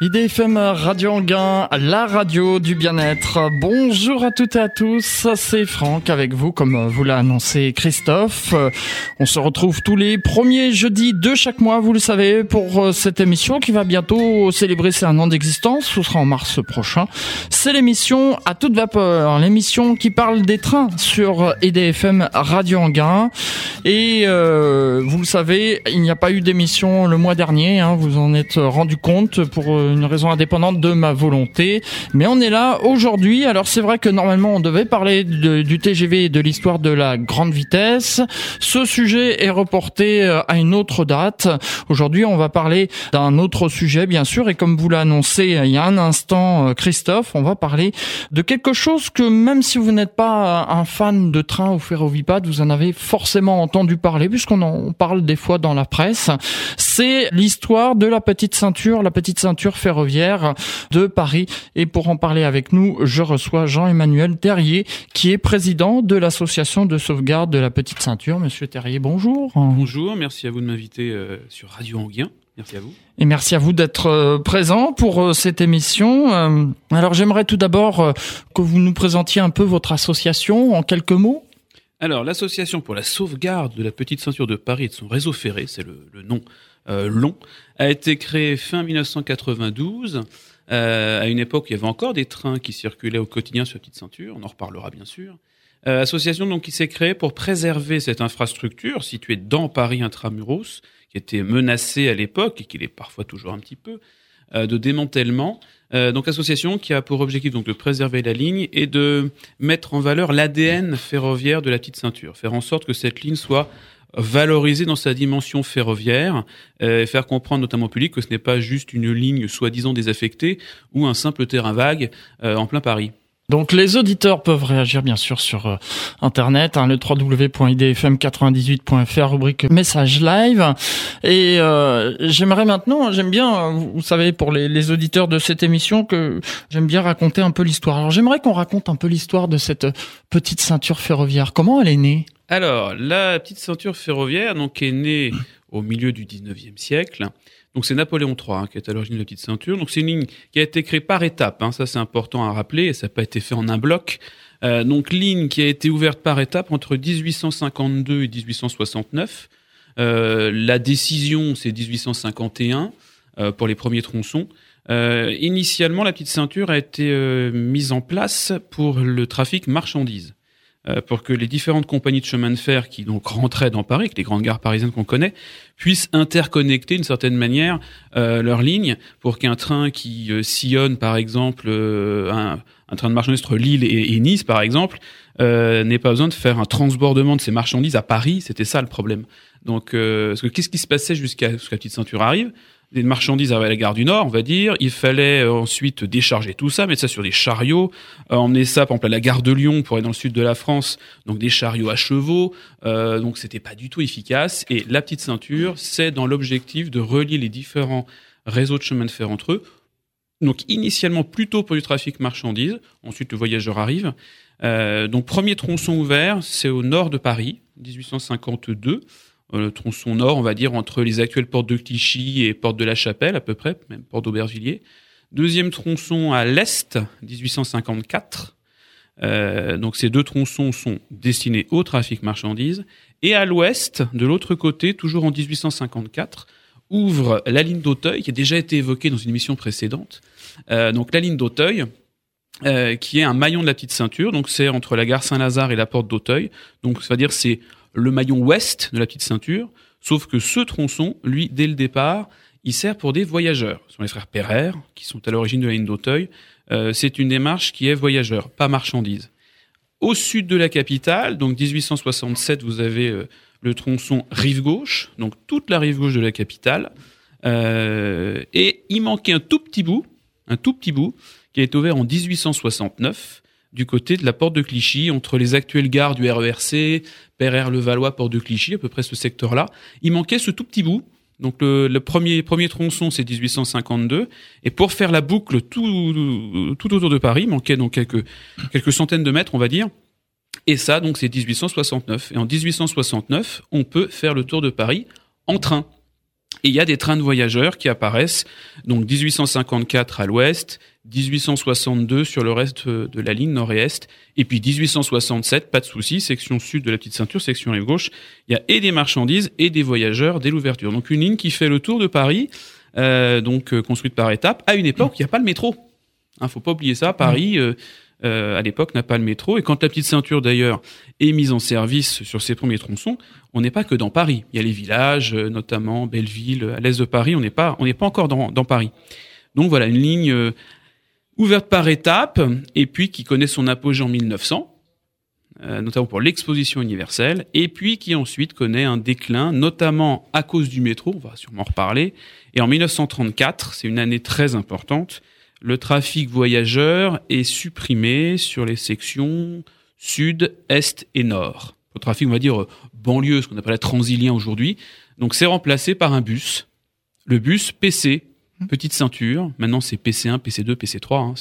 IDFM Radio Anguin, la radio du bien-être. Bonjour à toutes et à tous, c'est Franck avec vous, comme vous l'a annoncé Christophe. On se retrouve tous les premiers jeudis de chaque mois, vous le savez, pour cette émission qui va bientôt célébrer ses 1 an d'existence. Ce sera en mars prochain. C'est l'émission à toute vapeur, l'émission qui parle des trains sur IDFM Radio Anguin. Et vous le savez, il n'y a pas eu d'émission le mois dernier, vous en êtes rendu compte pour une raison indépendante de ma volonté, mais on est là aujourd'hui. Alors c'est vrai que normalement on devait parler du TGV et de l'histoire de la grande vitesse. Ce sujet est reporté à une autre date. Aujourd'hui on va parler d'un autre sujet bien sûr, et comme vous l'a annoncé il y a un instant Christophe, on va parler de quelque chose que même si vous n'êtes pas un fan de train ou ferrovipade, vous en avez forcément entendu parler puisqu'on en parle des fois dans la presse. C'est l'histoire de la petite ceinture ferroviaire de Paris. Et pour en parler avec nous, je reçois Jean-Emmanuel Terrier, qui est président de l'association de sauvegarde de la petite ceinture. Monsieur Terrier, bonjour. Bonjour, merci à vous de m'inviter sur Radio Anguin. Merci à vous. Et merci à vous d'être présent pour cette émission. Alors j'aimerais tout d'abord que vous nous présentiez un peu votre association en quelques mots. Alors, l'Association pour la sauvegarde de la petite ceinture de Paris et de son réseau ferré, c'est le nom long, a été créée fin 1992, à une époque où il y avait encore des trains qui circulaient au quotidien sur la petite ceinture, on en reparlera bien sûr. Association donc qui s'est créée pour préserver cette infrastructure située dans Paris intramuros, qui était menacée à l'époque et qui l'est parfois toujours un petit peu, de démantèlement. Donc association qui a pour objectif donc de préserver la ligne et de mettre en valeur l'ADN ferroviaire de la petite ceinture, faire en sorte que cette ligne soit valorisée dans sa dimension ferroviaire, et faire comprendre notamment au public que ce n'est pas juste une ligne soi-disant désaffectée ou un simple terrain vague en plein Paris. Donc les auditeurs peuvent réagir bien sûr sur internet, le www.idfm98.fr, rubrique message live. Et j'aime bien, vous savez, pour les auditeurs de cette émission, que j'aime bien raconter un peu l'histoire. Alors j'aimerais qu'on raconte un peu l'histoire de cette petite ceinture ferroviaire. Comment elle est née ? Alors la petite ceinture ferroviaire donc est née au milieu du 19e siècle. Donc c'est Napoléon III qui est à l'origine de la petite ceinture. Donc c'est une ligne qui a été créée par étapes, ça c'est important à rappeler, et ça n'a pas été fait en un bloc. Donc ligne qui a été ouverte par étapes entre 1852 et 1869. La décision c'est 1851 pour les premiers tronçons. Initialement la petite ceinture a été mise en place pour le trafic marchandises. Pour que les différentes compagnies de chemin de fer qui donc rentraient dans Paris, que les grandes gares parisiennes qu'on connaît, puissent interconnecter d'une certaine manière leurs lignes pour qu'un train qui sillonne par exemple un train de marchandises entre Lille et Nice par exemple n'ait pas besoin de faire un transbordement de ces marchandises à Paris. C'était ça le problème. Donc parce que qu'est-ce qui se passait jusqu'à ce que la petite ceinture arrive ? Des marchandises arrivaient à la gare du Nord, on va dire. Il fallait ensuite décharger tout ça, mettre ça sur des chariots, emmener ça, par exemple, à la gare de Lyon pour aller dans le sud de la France, donc des chariots à chevaux. Donc c'était pas du tout efficace. Et la petite ceinture, c'est dans l'objectif de relier les différents réseaux de chemin de fer entre eux. Donc initialement plutôt pour du trafic marchandises. Ensuite le voyageur arrive. Donc premier tronçon ouvert, c'est au nord de Paris, 1852. Le tronçon nord, on va dire, entre les actuelles portes de Clichy et portes de la Chapelle, à peu près, même porte d'Aubervilliers. Deuxième tronçon à l'est, 1854. Donc ces deux tronçons sont destinés au trafic marchandises. Et à l'ouest, de l'autre côté, toujours en 1854, ouvre la ligne d'Auteuil, qui a déjà été évoquée dans une émission précédente. Donc la ligne d'Auteuil, qui est un maillon de la petite ceinture. Donc c'est entre la gare Saint-Lazare et la porte d'Auteuil. Donc ça veut dire c'est le maillon ouest de la petite ceinture, sauf que ce tronçon, lui, dès le départ, il sert pour des voyageurs. Ce sont les frères Pereire, qui sont à l'origine de la ligne d'Auteuil. C'est une démarche qui est voyageur, pas marchandise. Au sud de la capitale, donc 1867, vous avez le tronçon rive gauche, donc toute la rive gauche de la capitale. Et il manquait un tout petit bout, qui a été ouvert en 1869, du côté de la porte de Clichy, entre les actuelles gares du RERC, Pereire-le-Valois, porte de Clichy, à peu près ce secteur-là. Il manquait ce tout petit bout. Donc le premier tronçon, c'est 1852. Et pour faire la boucle tout autour de Paris, il manquait donc quelques centaines de mètres, on va dire. Et ça, donc, c'est 1869. Et en 1869, on peut faire le tour de Paris en train. Et il y a des trains de voyageurs qui apparaissent, donc 1854 à l'ouest, 1862 sur le reste de la ligne nord et est, et puis 1867, pas de souci, section sud de la petite ceinture, section rive gauche, il y a et des marchandises et des voyageurs dès l'ouverture. Donc une ligne qui fait le tour de Paris, construite par étapes, à une époque où il n'y a pas le métro. Faut pas oublier ça, Paris... à l'époque, n'a pas le métro. Et quand la petite ceinture, d'ailleurs, est mise en service sur ses premiers tronçons, on n'est pas que dans Paris. Il y a les villages, notamment Belleville, à l'est de Paris. On n'est pas encore dans Paris. Donc voilà, une ligne ouverte par étapes, et puis qui connaît son apogée en 1900, notamment pour l'exposition universelle, et puis qui ensuite connaît un déclin, notamment à cause du métro. On va sûrement en reparler. Et en 1934, c'est une année très importante, le trafic voyageur est supprimé sur les sections sud, est et nord. Le trafic, on va dire, banlieue, ce qu'on appelle la transilien aujourd'hui. Donc, c'est remplacé par un bus. Le bus PC, petite ceinture. Maintenant, c'est PC1, PC2, PC3.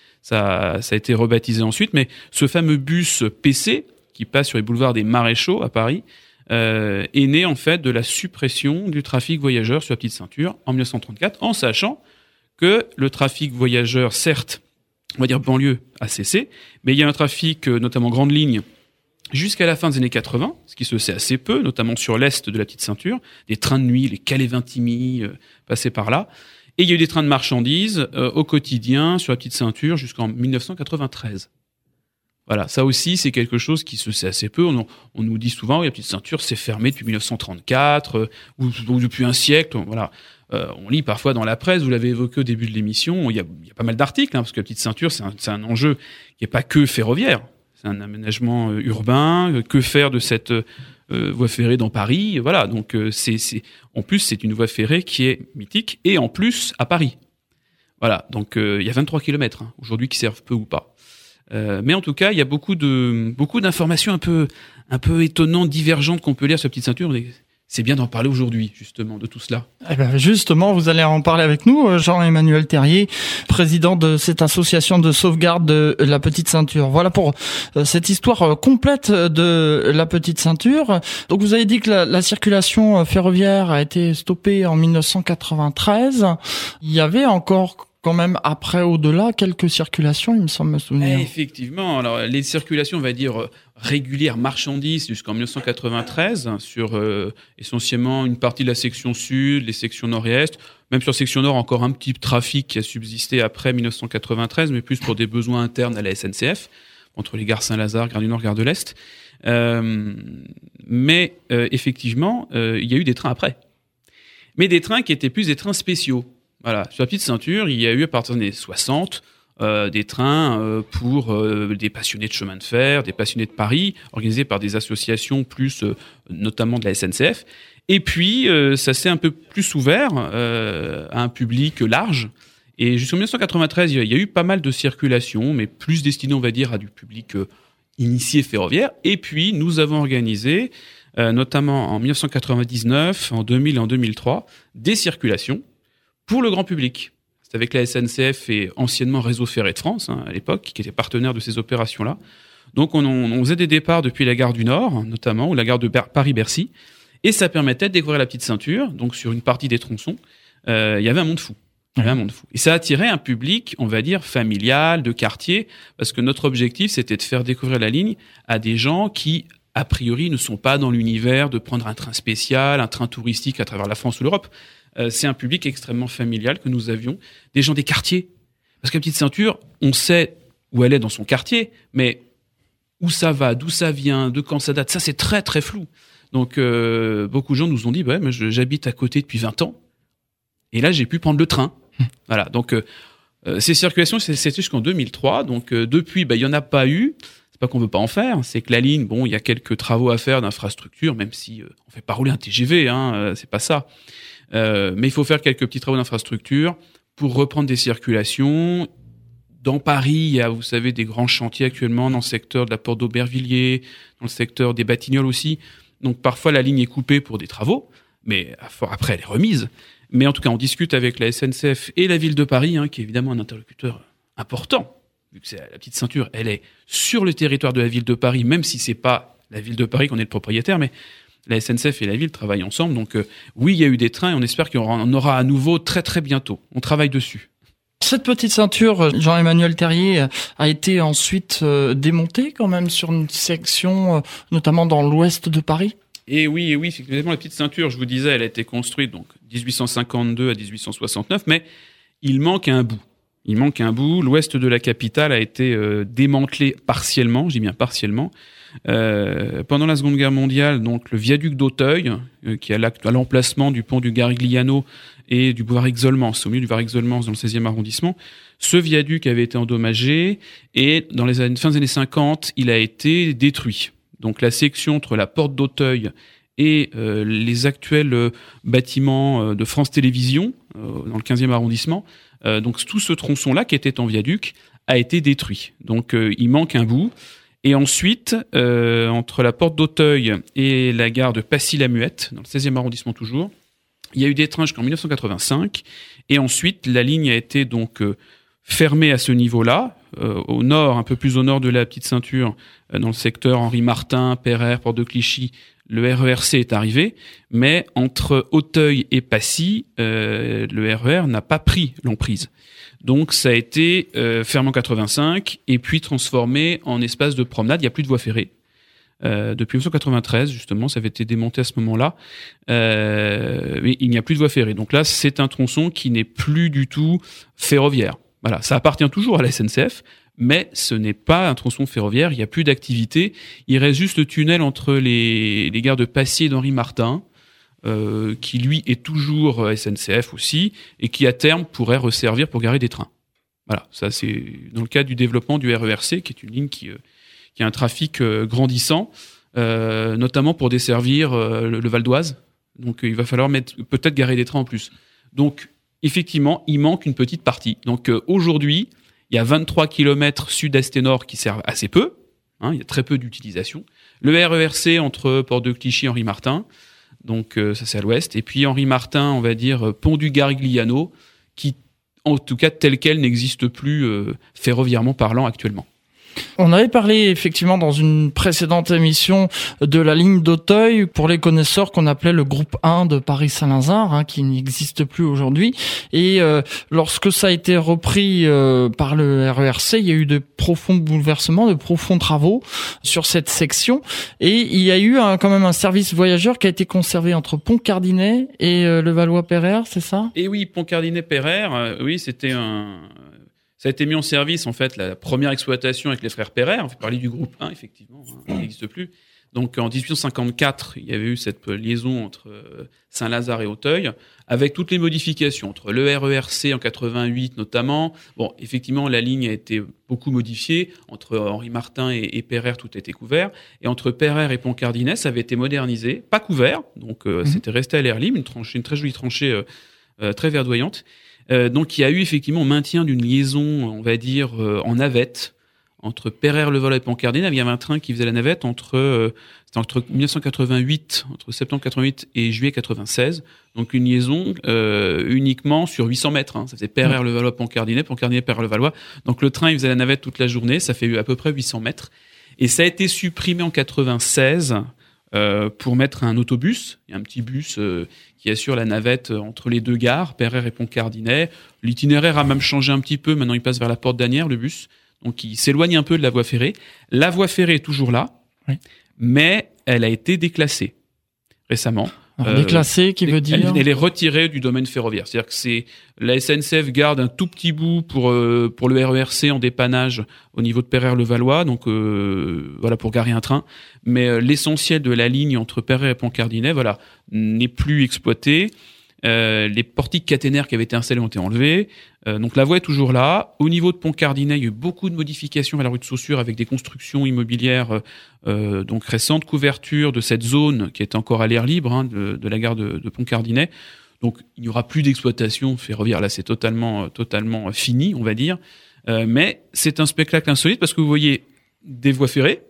Ça a été rebaptisé ensuite. Mais ce fameux bus PC, qui passe sur les boulevards des Maréchaux à Paris, est né, en fait, de la suppression du trafic voyageur sur la petite ceinture en 1934, en sachant que le trafic voyageur, certes, on va dire banlieue, a cessé, mais il y a un trafic, notamment grande ligne, jusqu'à la fin des années 80, ce qui se sait assez peu, notamment sur l'est de la petite ceinture, des trains de nuit, les Calais-Vintimille, passaient par là, et il y a eu des trains de marchandises au quotidien sur la petite ceinture jusqu'en 1993. Voilà, ça aussi, c'est quelque chose qui se sait assez peu. On nous dit souvent, oui, la petite ceinture s'est fermée depuis 1934, ou depuis un siècle, voilà. On lit parfois dans la presse, vous l'avez évoqué au début de l'émission, il y a pas mal d'articles, parce que la petite ceinture, c'est un enjeu qui n'est pas que ferroviaire. C'est un aménagement urbain. Que faire de cette voie ferrée dans Paris? Voilà, donc en plus, c'est une voie ferrée qui est mythique, et en plus, à Paris. Voilà, donc il y a 23 kilomètres aujourd'hui qui servent peu ou pas. Mais en tout cas, il y a beaucoup d'informations un peu étonnantes, divergentes qu'on peut lire sur la petite ceinture. C'est bien d'en parler aujourd'hui, justement, de tout cela. Eh ben justement, vous allez en parler avec nous, Jean-Emmanuel Terrier, président de cette association de sauvegarde de la petite ceinture. Voilà pour cette histoire complète de la petite ceinture. Donc vous avez dit que la circulation ferroviaire a été stoppée en 1993. Il y avait encore quand même après, au-delà, quelques circulations, il me semble me souvenir. Effectivement. Alors, les circulations, on va dire, régulières, marchandises, jusqu'en 1993, sur essentiellement une partie de la section sud, les sections nord et est. Même sur section nord, encore un petit trafic qui a subsisté après 1993, mais plus pour des besoins internes à la SNCF, entre les gares Saint-Lazare, gare du Nord, gare de l'Est. Mais effectivement, il y a eu des trains après. Mais des trains qui étaient plus des trains spéciaux. Voilà, sur la petite ceinture, il y a eu à partir des années 60 des trains pour des passionnés de chemin de fer, des passionnés de Paris, organisés par des associations plus notamment de la SNCF. Et puis, ça s'est un peu plus ouvert à un public large. Et jusqu'en 1993, il y a eu pas mal de circulations, mais plus destinées, on va dire, à du public initié ferroviaire. Et puis, nous avons organisé, notamment en 1999, en 2000 et en 2003, des circulations pour le grand public. C'est avec la SNCF et anciennement Réseau Ferré de France, à l'époque, qui était partenaire de ces opérations-là. Donc on faisait des départs depuis la gare du Nord, notamment, ou la gare de Paris-Bercy, et ça permettait de découvrir la petite ceinture. Donc sur une partie des tronçons, il y avait un monde fou. Et ça attirait un public, on va dire, familial, de quartier, parce que notre objectif, c'était de faire découvrir la ligne à des gens qui, a priori, ne sont pas dans l'univers de prendre un train spécial, un train touristique à travers la France ou l'Europe. C'est un public extrêmement familial que nous avions, des gens des quartiers. Parce que la petite ceinture, on sait où elle est dans son quartier, mais où ça va, d'où ça vient, de quand ça date, ça c'est très très flou. Donc beaucoup de gens nous ont dit, moi j'habite à côté depuis 20 ans, et là j'ai pu prendre le train. Voilà, donc ces circulations, c'était jusqu'en 2003, donc depuis, il y en a pas eu. C'est pas qu'on veut pas en faire, c'est que la ligne, il y a quelques travaux à faire d'infrastructure, même si on fait pas rouler un TGV, c'est pas ça. Mais il faut faire quelques petits travaux d'infrastructure pour reprendre des circulations. Dans Paris, il y a, vous savez, des grands chantiers actuellement dans le secteur de la porte d'Aubervilliers, dans le secteur des Batignolles aussi. Donc parfois la ligne est coupée pour des travaux, mais après elle est remise. Mais en tout cas, on discute avec la SNCF et la ville de Paris, qui est évidemment un interlocuteur important, vu que c'est la petite ceinture, elle est sur le territoire de la ville de Paris, même si c'est pas la ville de Paris qu'on est le propriétaire, mais la SNCF et la ville travaillent ensemble. Donc oui, il y a eu des trains et on espère qu'il y en aura à nouveau très très bientôt. On travaille dessus. Cette petite ceinture, Jean-Emmanuel Terrier, a été ensuite démontée quand même sur une section, notamment dans l'ouest de Paris. Et oui, effectivement, la petite ceinture, je vous disais, elle a été construite donc 1852 à 1869, mais il manque un bout. L'ouest de la capitale a été démantelé partiellement, je dis bien partiellement. Pendant la Seconde Guerre mondiale, donc le viaduc d'Auteuil, qui est à l'emplacement du pont du Garigliano et du boulevard Exolmans, au milieu du boulevard Exolmans dans le 16e arrondissement, ce viaduc avait été endommagé et dans les fin des années 50, il a été détruit. Donc la section entre la porte d'Auteuil et les actuels bâtiments de France Télévisions, dans le 15e arrondissement, donc tout ce tronçon-là qui était en viaduc a été détruit. Donc il manque un bout. Et ensuite, entre la porte d'Auteuil et la gare de Passy-la-Muette, dans le 16e arrondissement toujours, il y a eu des trains jusqu'en 1985. Et ensuite, la ligne a été donc fermée à ce niveau-là, au nord, un peu plus au nord de la petite ceinture, dans le secteur Henri Martin, Pereire, Porte de Clichy, le RERC est arrivé, mais entre Auteuil et Passy, le RER n'a pas pris l'emprise. Donc ça a été fermé en 85 et puis transformé en espace de promenade. Il n'y a plus de voie ferrée. Depuis 1993, justement, ça avait été démonté à ce moment-là. Mais il n'y a plus de voie ferrée. Donc là, c'est un tronçon qui n'est plus du tout ferroviaire. Voilà, ça appartient toujours à la SNCF, mais ce n'est pas un tronçon ferroviaire. Il n'y a plus d'activité. Il reste juste le tunnel entre les gares de Passy et d'Henri Martin, qui lui est toujours SNCF aussi, et qui à terme pourrait resservir pour garer des trains. Voilà, ça c'est dans le cadre du développement du RERC, qui est une ligne qui a un trafic grandissant, notamment pour desservir le Val d'Oise. Donc il va falloir peut-être garer des trains en plus. Donc effectivement, il manque une petite partie. Donc aujourd'hui, il y a 23 km sud-est et nord qui servent assez peu. Il y a très peu d'utilisation. Le RERC entre Porte de Clichy et Henri Martin. Donc ça c'est à l'ouest. Et puis Henri Martin, on va dire pont du Garigliano, qui en tout cas tel quel n'existe plus ferroviairement parlant actuellement. On avait parlé effectivement dans une précédente émission de la ligne d'Auteuil pour les connaisseurs qu'on appelait le groupe 1 de Paris-Saint-Lazare, qui n'existe plus aujourd'hui. Et lorsque ça a été repris par le RERC, il y a eu de profonds bouleversements, de profonds travaux sur cette section. Et il y a eu quand même un service voyageur qui a été conservé entre Pont-Cardinet et le Valois-Pereire, c'est ça ? Et oui, Pont-Cardinet-Pereire, oui, c'était ça a été mis en service, en fait, la première exploitation avec les frères Pereire. On fait parler du groupe 1, effectivement, il n'existe plus. Donc, en 1854, il y avait eu cette liaison entre Saint-Lazare et Auteuil, avec toutes les modifications, entre le RERC en 88 notamment. Bon, effectivement, la ligne a été beaucoup modifiée. Entre Henri Martin et Pereire, tout a été couvert. Et entre Pereire et Pont-Cardinet, ça avait été modernisé, pas couvert. Donc, c'était resté à l'air libre, une très jolie tranchée, très verdoyante. Donc il y a eu effectivement maintien d'une liaison, on va dire, en navette entre Pereire-le-Valois et Pont-Cardinet. Il y avait un train qui faisait la navette entre 1988, entre septembre 88 et juillet 96. Donc une liaison uniquement sur 800 mètres. Ça faisait Pereire-le-Valois, Pont-Cardinet, Pereire-le-Valois. Donc le train, il faisait la navette toute la journée. Ça fait à peu près 800 mètres. Et ça a été supprimé en 96 pour mettre un autobus. Il y a un petit bus qui assure la navette entre les deux gares, Pereire et Pont-Cardinet. L'itinéraire a même changé un petit peu. Maintenant, il passe vers la Porte d'Asnières, le bus. Donc, il s'éloigne un peu de la voie ferrée. La voie ferrée est toujours là, mais elle a été déclassée récemment. Alors, déclassée, qui veut dire elle est retirée du domaine ferroviaire. C'est-à-dire que la SNCF garde un tout petit bout pour le RERC en dépannage au niveau de Pereire-le-Valois, donc voilà, pour garer un train. Mais l'essentiel de la ligne entre Pereire et Pont-Cardinet, voilà, n'est plus exploité. Les portiques caténaires qui avaient été installés ont été enlevés. Donc la voie est toujours là. Au niveau de Pont-Cardinet, il y a eu beaucoup de modifications à la rue de Saussure avec des constructions immobilières donc récentes, couverture de cette zone qui est encore à l'air libre de la gare de Pont-Cardinet. Donc il n'y aura plus d'exploitation ferroviaire. Là, c'est totalement fini, on va dire. Mais c'est un spectacle insolite parce que vous voyez des voies ferrées.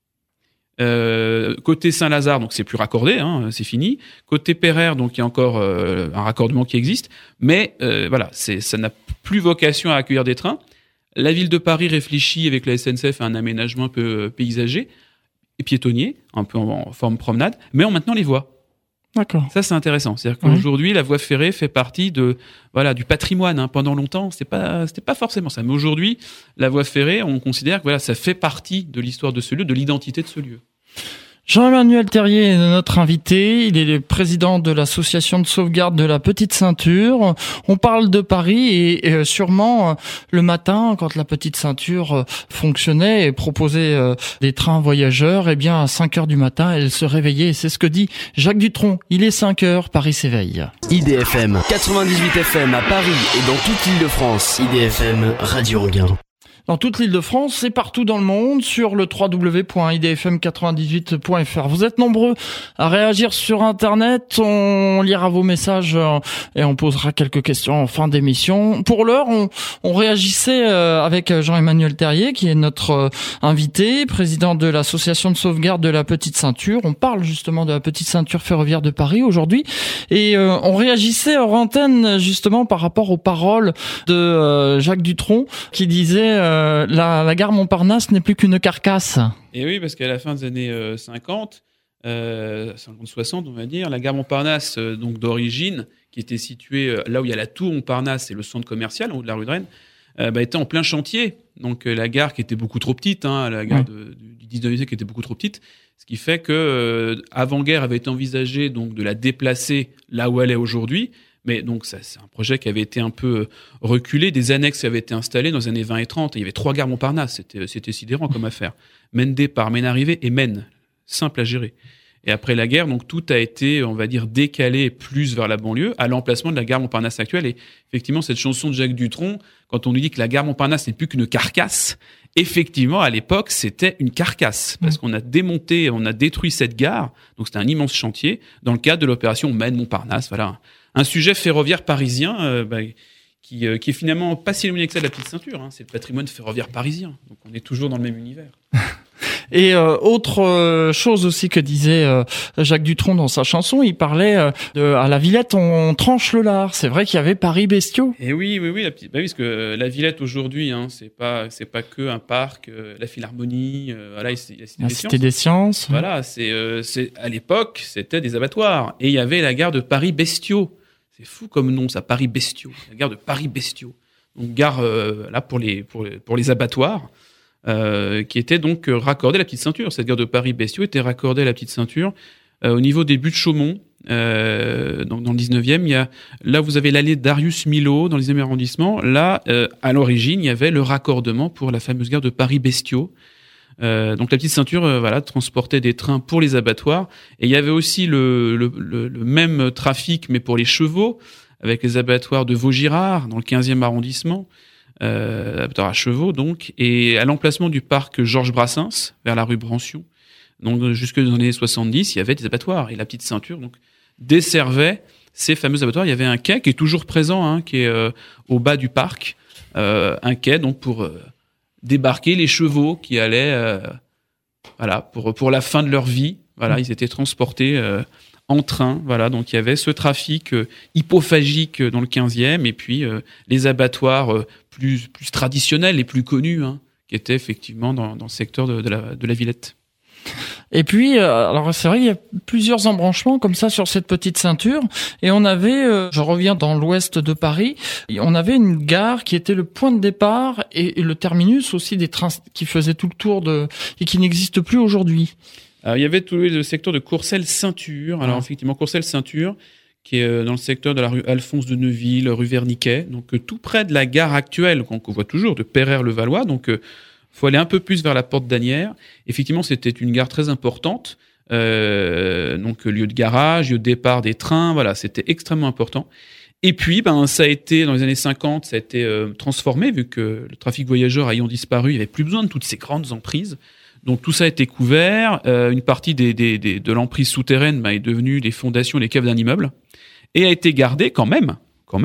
Côté Saint-Lazare, donc c'est plus raccordé, c'est fini. Côté Pereire, donc il y a encore un raccordement qui existe, mais voilà, ça n'a plus vocation à accueillir des trains. La ville de Paris réfléchit avec la SNCF à un aménagement un peu paysager. piétonniers, un peu en forme promenade, mais ont maintenant les voies. D'accord. Ça, c'est intéressant. C'est-à-dire qu'aujourd'hui, la voie ferrée fait partie du patrimoine, hein. Pendant longtemps, c'était pas forcément ça. Mais aujourd'hui, la voie ferrée, on considère que ça fait partie de l'histoire de ce lieu, de l'identité de ce lieu. Jean-Emmanuel Terrier est notre invité. Il est le président de l'association de sauvegarde de la Petite Ceinture. On parle de Paris et sûrement le matin, quand la Petite Ceinture fonctionnait et proposait des trains voyageurs, eh bien à 5h du matin, elle se réveillait. C'est ce que dit Jacques Dutronc. Il est 5h, Paris s'éveille. IDFM 98 FM à Paris et dans toute l'Île-de-France. IDFM Radio Anguin. Dans toute l'Île-de-France et partout dans le monde sur le www.idfm98.fr. Vous êtes nombreux à réagir sur Internet. On lira vos messages et on posera quelques questions en fin d'émission. Pour l'heure, on réagissait avec Jean-Emmanuel Terrier, qui est notre invité, président de l'association de sauvegarde de la Petite Ceinture. On parle justement de la Petite Ceinture ferroviaire de Paris aujourd'hui. Et on réagissait hors antenne justement par rapport aux paroles de Jacques Dutronc qui disait... la gare Montparnasse n'est plus qu'une carcasse. Et oui, parce qu'à la fin des années 50-60, on va dire, la gare Montparnasse, donc d'origine, qui était située là où il y a la tour Montparnasse et le centre commercial, en haut de la rue de Rennes, était en plein chantier. Donc la gare qui était beaucoup trop petite, la gare du 19e siècle était beaucoup trop petite, ce qui fait que avant-guerre avait été envisagé donc de la déplacer là où elle est aujourd'hui. Mais donc ça, c'est un projet qui avait été un peu reculé. Des annexes avaient été installées dans les années 20 et 30. Et il y avait 3 gares Montparnasse. C'était sidérant comme affaire. Maine départ, Maine arrivée et Maine. Simple à gérer. Et après la guerre, donc tout a été, on va dire, décalé plus vers la banlieue, à l'emplacement de la gare Montparnasse actuelle. Et effectivement, cette chanson de Jacques Dutronc, quand on nous dit que la gare Montparnasse n'est plus qu'une carcasse, effectivement, à l'époque, c'était une carcasse. Parce qu'on a démonté, on a détruit cette gare. Donc c'était un immense chantier dans le cadre de l'opération Maine-Montparnasse. Voilà. Un sujet ferroviaire parisien qui est finalement pas si éloigné que ça de la Petite Ceinture. C'est le patrimoine ferroviaire parisien. Donc on est toujours dans le même univers. Et autre chose aussi que disait Jacques Dutronc dans sa chanson, il parlait à la Villette on tranche le lard. C'est vrai qu'il y avait Paris-Bestiaux. Et oui, parce que la Villette aujourd'hui, c'est pas que un parc, la Philharmonie, la Cité des Sciences. Voilà, c'est à l'époque c'était des abattoirs et il y avait la gare de Paris-Bestiaux. C'est fou comme nom, ça, Paris-Bestiaux. La gare de Paris-Bestiaux. Donc gare là pour les abattoirs. Qui était donc raccordée à la Petite Ceinture. Cette gare de Paris-Bestiaux était raccordée à la Petite Ceinture au niveau des buttes Chaumont. Donc dans le 19e, là vous avez l'allée Darius Milhaud dans le 10e arrondissement. Là, à l'origine, il y avait le raccordement pour la fameuse gare de Paris-Bestiaux. Donc la Petite Ceinture transportait des trains pour les abattoirs. Et il y avait aussi le même trafic, mais pour les chevaux, avec les abattoirs de Vaugirard dans le 15e arrondissement. Abattoir à chevaux donc, et à l'emplacement du parc Georges Brassens vers la rue Brancion, donc jusque dans les années 70, il y avait des abattoirs et la Petite Ceinture donc desservait ces fameux abattoirs. Il y avait un quai qui est toujours présent, qui est au bas du parc, un quai donc pour débarquer les chevaux qui allaient pour la fin de leur vie. Voilà, ils étaient transportés en train, voilà, donc il y avait ce trafic hypophagique dans le 15e et puis les abattoirs plus traditionnels et plus connus, qui étaient effectivement dans le secteur de la Villette. Et puis, alors c'est vrai, il y a plusieurs embranchements comme ça sur cette Petite Ceinture. Et on avait, je reviens dans l'ouest de Paris, on avait une gare qui était le point de départ et le terminus aussi des trains qui faisaient tout le tour et qui n'existe plus aujourd'hui. Alors, il y avait tout le secteur de Courcelles-Ceinture. Alors, effectivement, Courcelles-Ceinture, qui est dans le secteur de la rue Alphonse de Neuville, rue Verniquet. Donc, tout près de la gare actuelle, qu'on voit toujours, de Pereire-le-Valois. Donc, faut aller un peu plus vers la porte d'Asnières. Effectivement, c'était une gare très importante. Donc, lieu de garage, lieu de départ des trains. Voilà, c'était extrêmement important. Et puis, ça a été, dans les années 50, ça a été transformé, vu que le trafic voyageur ayant disparu, il n'y avait plus besoin de toutes ces grandes emprises. Donc tout ça a été couvert. Une partie de l'emprise souterraine est devenue les fondations, les caves d'un immeuble, et a été gardée quand même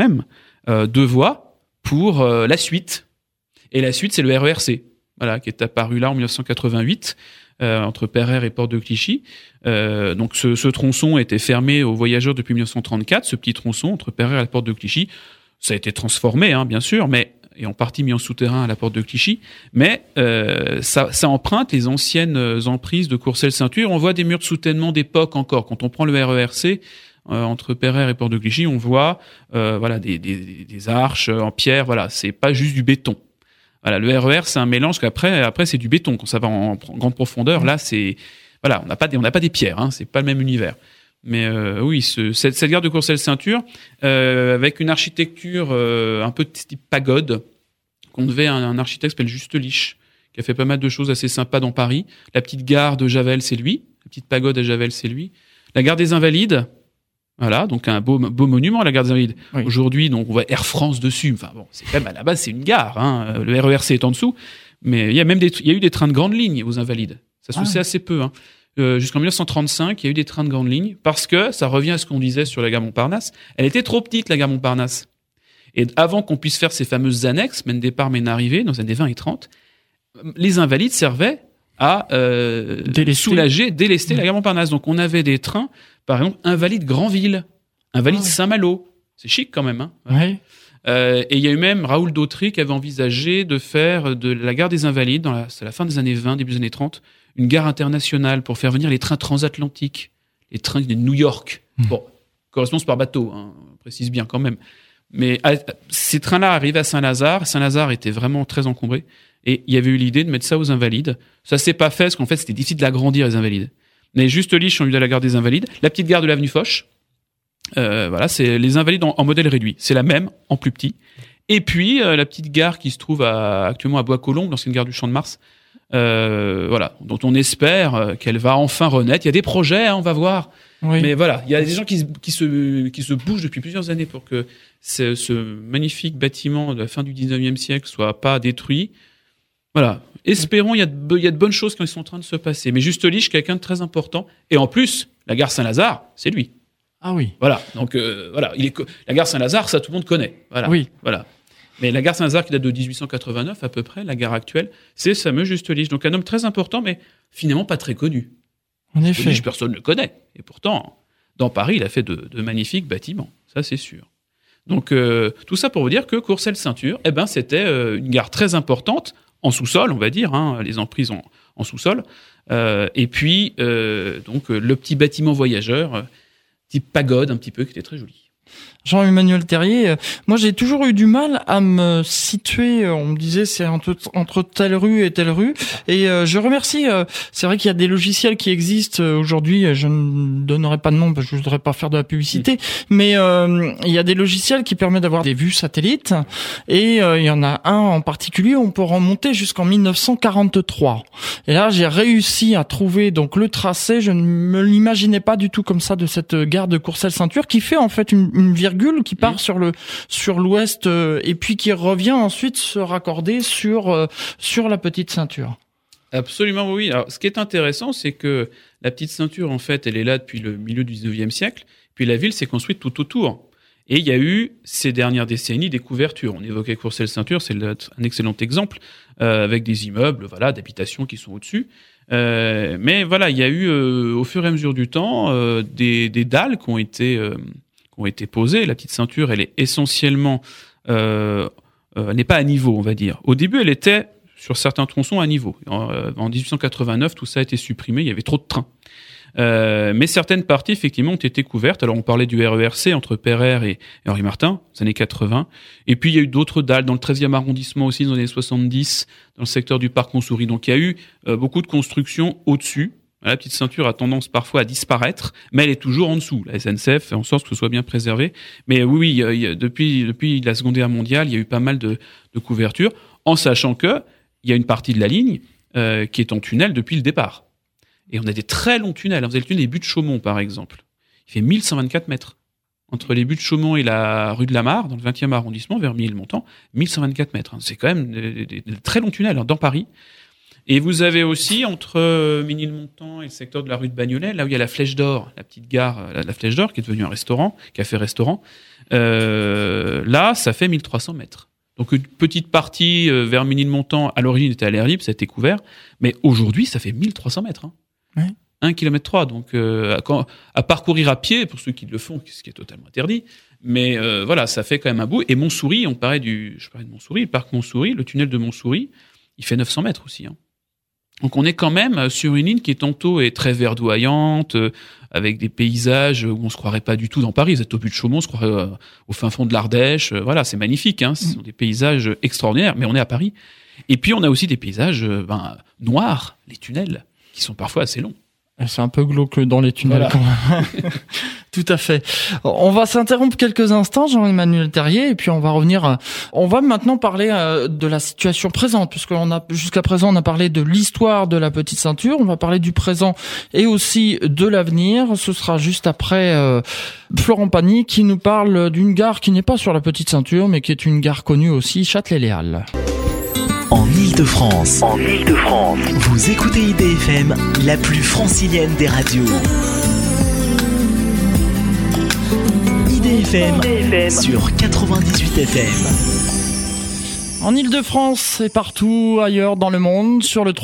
2 voies pour la suite. Et la suite, c'est le RERC, voilà, qui est apparu là en 1988 entre Pereire et Porte de Clichy. Donc ce tronçon était fermé aux voyageurs depuis 1934. Ce petit tronçon entre Pereire et la Porte de Clichy, ça a été transformé, bien sûr, mais et en partie mis en souterrain à la porte de Clichy, mais ça emprunte les anciennes emprises de Courcelles-Ceinture. On voit des murs de soutènement d'époque encore. Quand on prend le RERC, entre Pereire et porte de Clichy, on voit des arches en pierre. Voilà, c'est pas juste du béton. Voilà, le RER, c'est un mélange qu'après c'est du béton. Quand ça va en grande profondeur, là, c'est voilà, on n'a pas des pierres, hein, c'est pas le même univers. Mais oui, cette gare de Courcelles-Ceinture, avec une architecture un peu de type pagode, qu'on devait à un architecte qui s'appelle Juste Lich, qui a fait pas mal de choses assez sympas dans Paris. La petite gare de Javel, c'est lui. La petite pagode à Javel, c'est lui. La gare des Invalides, voilà, donc un beau monument, la gare des Invalides. Oui. Aujourd'hui, donc on voit Air France dessus. Enfin bon, c'est quand même à la base, c'est une gare. Hein. Le RERC est en dessous, mais il y a eu des trains de grande ligne aux Invalides. Ça se sait assez peu. Hein. Jusqu'en 1935, il y a eu des trains de grande ligne parce que ça revient à ce qu'on disait sur la gare Montparnasse. Elle était trop petite, la gare Montparnasse. Et avant qu'on puisse faire ces fameuses annexes, mène départ, mène arrivée, dans les années 20 et 30, les Invalides servaient à délester la gare Montparnasse. Donc on avait des trains, par exemple, Invalides Granville, Invalides Saint-Malo. C'est chic quand même. Hein. Ouais. Et il y a eu même Raoul Dautry qui avait envisagé de faire de la gare des Invalides, c'est la fin des années 20, début des années 30, une gare internationale pour faire venir les trains transatlantiques, les trains de New York. Bon, correspondance par bateau, hein, on précise bien quand même. Mais ces trains-là arrivaient à Saint-Lazare. Saint-Lazare était vraiment très encombré. Et il y avait eu l'idée de mettre ça aux Invalides. Ça s'est pas fait parce qu'en fait, c'était difficile de l'agrandir, les Invalides. Mais Juste Lich, on lui a la gare des Invalides. La petite gare de l'avenue Foch. Voilà, c'est les Invalides en modèle réduit. C'est la même, en plus petit. Et puis, la petite gare qui se trouve actuellement à Bois-Colombes, l'ancienne gare du Champ de Mars. Voilà, dont on espère qu'elle va enfin renaître. Il y a des projets, hein, on va voir. Oui. Mais voilà, il y a des gens qui se bougent depuis plusieurs années pour que ce magnifique bâtiment de la fin du 19e siècle soit pas détruit. Voilà. Espérons, il y a de bonnes choses qui sont en train de se passer. Mais Juste Lich, quelqu'un de très important. Et en plus, la gare Saint-Lazare, c'est lui. Ah oui. Voilà. Donc, voilà. La gare Saint-Lazare, ça, tout le monde connaît. Voilà. Oui. Voilà. Mais la gare Saint-Lazare, qui date de 1889 à peu près, la gare actuelle, c'est ce fameux Juste Lich. Donc, un homme très important, mais finalement pas très connu. En effet. Lich, personne ne le connaît. Et pourtant, dans Paris, il a fait de magnifiques bâtiments. Ça, c'est sûr. Donc, tout ça pour vous dire que Courcelles-Ceinture, c'était une gare très importante, en sous-sol, on va dire, hein, les emprises en sous-sol. Et puis, donc, le petit bâtiment voyageur, type pagode un petit peu, qui était très joli. Jean-Emmanuel Terrier, moi j'ai toujours eu du mal à me situer, on me disait c'est entre telle rue et telle rue, et je remercie, c'est vrai qu'il y a des logiciels qui existent aujourd'hui, je ne donnerai pas de nom parce que je voudrais pas faire de la publicité, mais il y a des logiciels qui permettent d'avoir des vues satellites, et il y en a un en particulier, on peut remonter jusqu'en 1943, et là j'ai réussi à trouver donc le tracé, je ne me l'imaginais pas du tout comme ça de cette gare de Courcelles-Ceinture qui fait en fait une virgule qui part sur l'ouest et puis qui revient ensuite se raccorder sur la petite ceinture. Absolument, oui. Alors, ce qui est intéressant, c'est que la petite ceinture, en fait, elle est là depuis le milieu du 19e siècle. Puis la ville s'est construite tout autour. Et il y a eu, ces dernières décennies, des couvertures. On évoquait Courcelles-Ceinture, c'est un excellent exemple, avec des immeubles, voilà, d'habitation qui sont au-dessus. Mais voilà, il y a eu, au fur et à mesure du temps, des dalles qui ont été posées. La petite ceinture, elle est essentiellement, n'est pas à niveau, on va dire. Au début, elle était sur certains tronçons à niveau. En 1889, tout ça a été supprimé. Il y avait trop de trains. Mais certaines parties, effectivement, ont été couvertes. Alors, on parlait du RERC entre Pereire et Henri Martin, les années 80. Et puis, il y a eu d'autres dalles dans le 13e arrondissement aussi, dans les années 70, dans le secteur du parc Montsouris. Donc, il y a eu beaucoup de constructions au-dessus. La petite ceinture a tendance parfois à disparaître, mais elle est toujours en dessous. La SNCF fait en sorte que ce soit bien préservé. Mais oui, depuis la Seconde Guerre mondiale, il y a eu pas mal de couvertures, en sachant que il y a une partie de la ligne qui est en tunnel depuis le départ. Et on a des très longs tunnels. Vous avez le tunnel des Buttes Chaumont, par exemple. Il fait 1124 mètres. Entre les Buttes Chaumont et la rue de la Mare, dans le 20e arrondissement, vers Ménilmontant, 1124 mètres. C'est quand même des très longs tunnels dans Paris. Et vous avez aussi, entre Ménilmontant et le secteur de la rue de Bagnolet, là où il y a la Flèche d'Or, la petite gare, la Flèche d'Or, qui est devenue un restaurant, café-restaurant, là, ça fait 1300 mètres. Donc une petite partie vers Ménilmontant, à l'origine, était à l'air libre, ça a été couvert, mais aujourd'hui, ça fait 1300 mètres. Hein. Ouais. 1,3 km, donc à parcourir à pied, pour ceux qui le font, ce qui est totalement interdit, Mais voilà, ça fait quand même un bout. Et Montsouris, je parlais de Montsouris, le parc Montsouris, le tunnel de Montsouris, il fait 900 mètres aussi. Hein. Donc on est quand même sur une ligne qui tantôt est très verdoyante, avec des paysages où on se croirait pas du tout dans Paris. Vous êtes au but de Chaumont, on se croirait au fin fond de l'Ardèche. Voilà, c'est magnifique. Hein. Ce sont des paysages extraordinaires, mais on est à Paris. Et puis on a aussi des paysages noirs, les tunnels, qui sont parfois assez longs. C'est un peu glauque dans les tunnels, voilà. Quand même. Tout à fait. On va s'interrompre quelques instants, Jean-Emmanuel Terrier, et puis on va revenir. On va maintenant parler de la situation présente, jusqu'à présent on a parlé de l'histoire de la Petite Ceinture. On va parler du présent et aussi de l'avenir. Ce sera juste après Florent Pagny qui nous parle d'une gare qui n'est pas sur la Petite Ceinture, mais qui est une gare connue aussi, Châtelet-Les-Halles. En Ile-de-France. Vous écoutez IDFM, la plus francilienne des radios. IDFM sur 98 FM. En Ile-de-France et partout ailleurs dans le monde, sur le